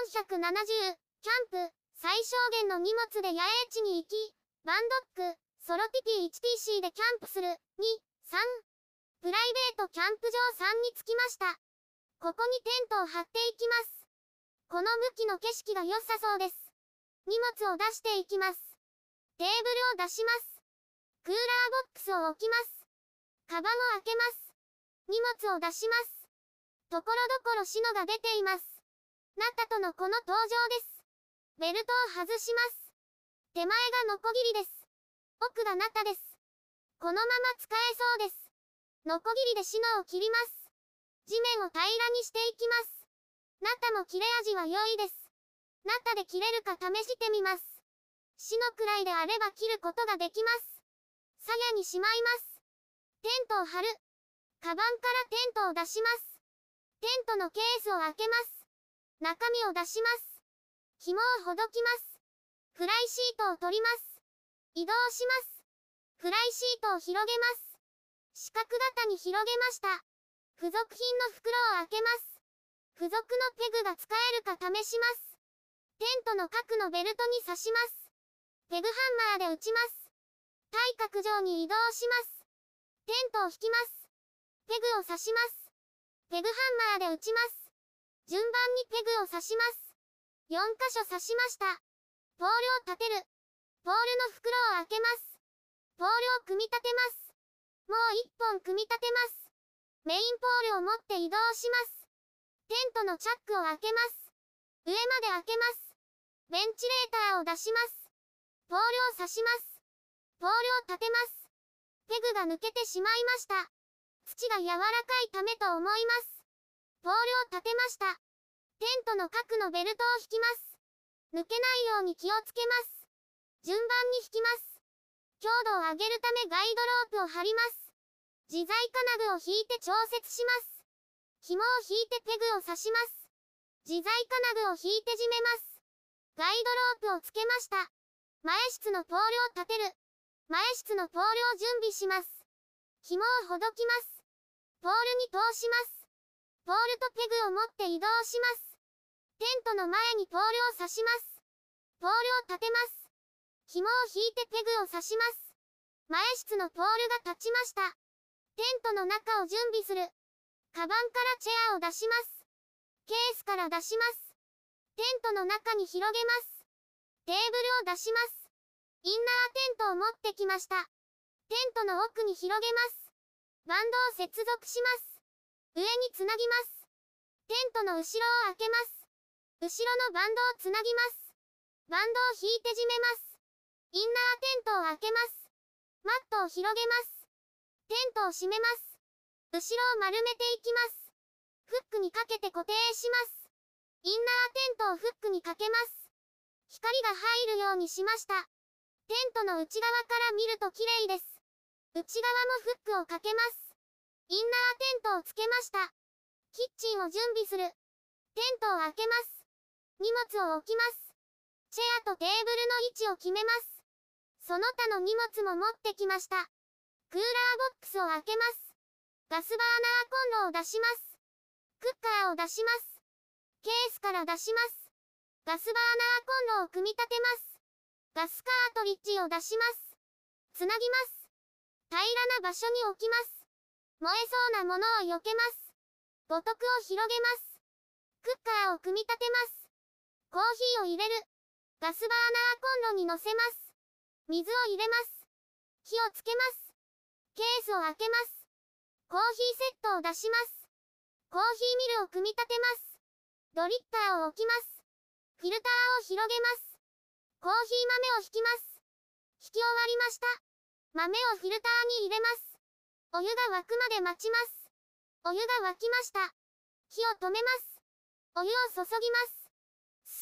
470、キャンプ、最小限の荷物で野営地に行き、ワンドッグ、ソロ TP1TC でキャンプする、2、3。プライベートキャンプ場3に着きました。ここにテントを張っていきます。この向きの景色が良さそうです。荷物を出していきます。テーブルを出します。クーラーボックスを置きます。カバンを開けます。荷物を出します。ところどころシノが出ています。ナタとのこの登場です。ベルトを外します。手前がノコギリです。奥がナタです。このまま使えそうです。ノコギリでシノを切ります。地面を平らにしていきます。ナタも切れ味は良いです。ナタで切れるか試してみます。シノくらいであれば切ることができます。鞘にしまいます。テントを張る。カバンからテントを出します。テントのケースを開けます。中身を出します。紐をほどきます。フライシートを取ります。移動します。フライシートを広げます。四角型に広げました。付属品の袋を開けます。付属のペグが使えるか試します。テントの角のベルトに刺します。ペグハンマーで打ちます。対角上に移動します。テントを引きます。ペグを刺します。ペグハンマーで打ちます。順番にペグを刺します。4箇所刺しました。ポールを立てる。ポールの袋を開けます。ポールを組み立てます。もう1本組み立てます。メインポールを持って移動します。テントのチャックを開けます。上まで開けます。ベンチレーターを出します。ポールを刺します。ポールを立てます。ペグが抜けてしまいました。土が柔らかいためと思います。ポールを立てました。テントの角のベルトを引きます。抜けないように気をつけます。順番に引きます。強度を上げるためガイドロープを張ります。自在金具を引いて調節します。紐を引いてペグを刺します。自在金具を引いて締めます。ガイドロープをつけました。前室のポールを立てる。前室のポールを準備します。紐をほどきます。ポールに通します。ポールとペグを持って移動します。テントの前にポールを刺します。ポールを立てます。紐を引いてペグを刺します。前室のポールが立ちました。テントの中を準備する。カバンからチェアを出します。ケースから出します。テントの中に広げます。テーブルを出します。インナーテントを持ってきました。テントの奥に広げます。バンドを接続します。上につなぎます。テントの後ろを開けます。後ろのバンドをつなぎます。バンドを引いて締めます。インナーテントを開けます。マットを広げます。テントを閉めます。後ろを丸めていきます。フックにかけて固定します。インナーテントをフックにかけます。光が入るようにしました。テントの内側から見ると綺麗です。内側もフックをかけます。インナーテントをつけました。キッチンを準備する。テントを開けます。荷物を置きます。チェアとテーブルの位置を決めます。その他の荷物も持ってきました。クーラーボックスを開けます。ガスバーナーコンロを出します。クッカーを出します。ケースから出します。ガスバーナーコンロを組み立てます。ガスカートリッジを出します。つなぎます。平らな場所に置きます。燃えそうなものを避けます。五徳を広げます。クッカーを組み立てます。コーヒーを入れる。ガスバーナーコンロに乗せます。水を入れます。火をつけます。ケースを開けます。コーヒーセットを出します。コーヒーミルを組み立てます。ドリッパーを置きます。フィルターを広げます。コーヒー豆を引きます。引き終わりました。豆をフィルターに入れます。お湯が沸くまで待ちます。お湯が沸きました。火を止めます。お湯を注ぎます。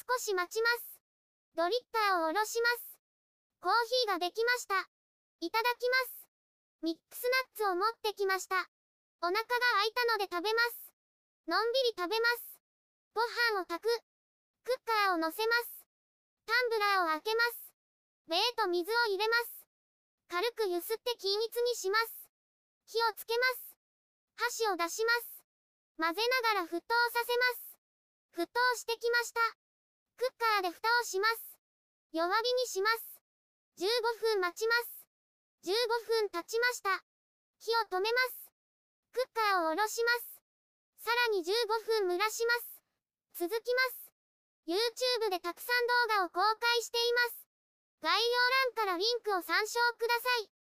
少し待ちます。ドリッパーを下ろします。コーヒーができました。いただきます。ミックスナッツを持ってきました。お腹が空いたので食べます。のんびり食べます。ご飯を炊く。クッカーを乗せます。タンブラーを開けます。ベーと水を入れます。軽くゆすって均一にします。火をつけます。箸を出します。混ぜながら沸騰させます。沸騰してきました。 クッカーで蓋をします。弱火にします。15分待ちます。15分経ちました。火を止めます。クッカーを下ろします。さらに15分蒸らします。続きます。YouTube でたくさん動画を公開しています。概要欄からリンクを参照ください。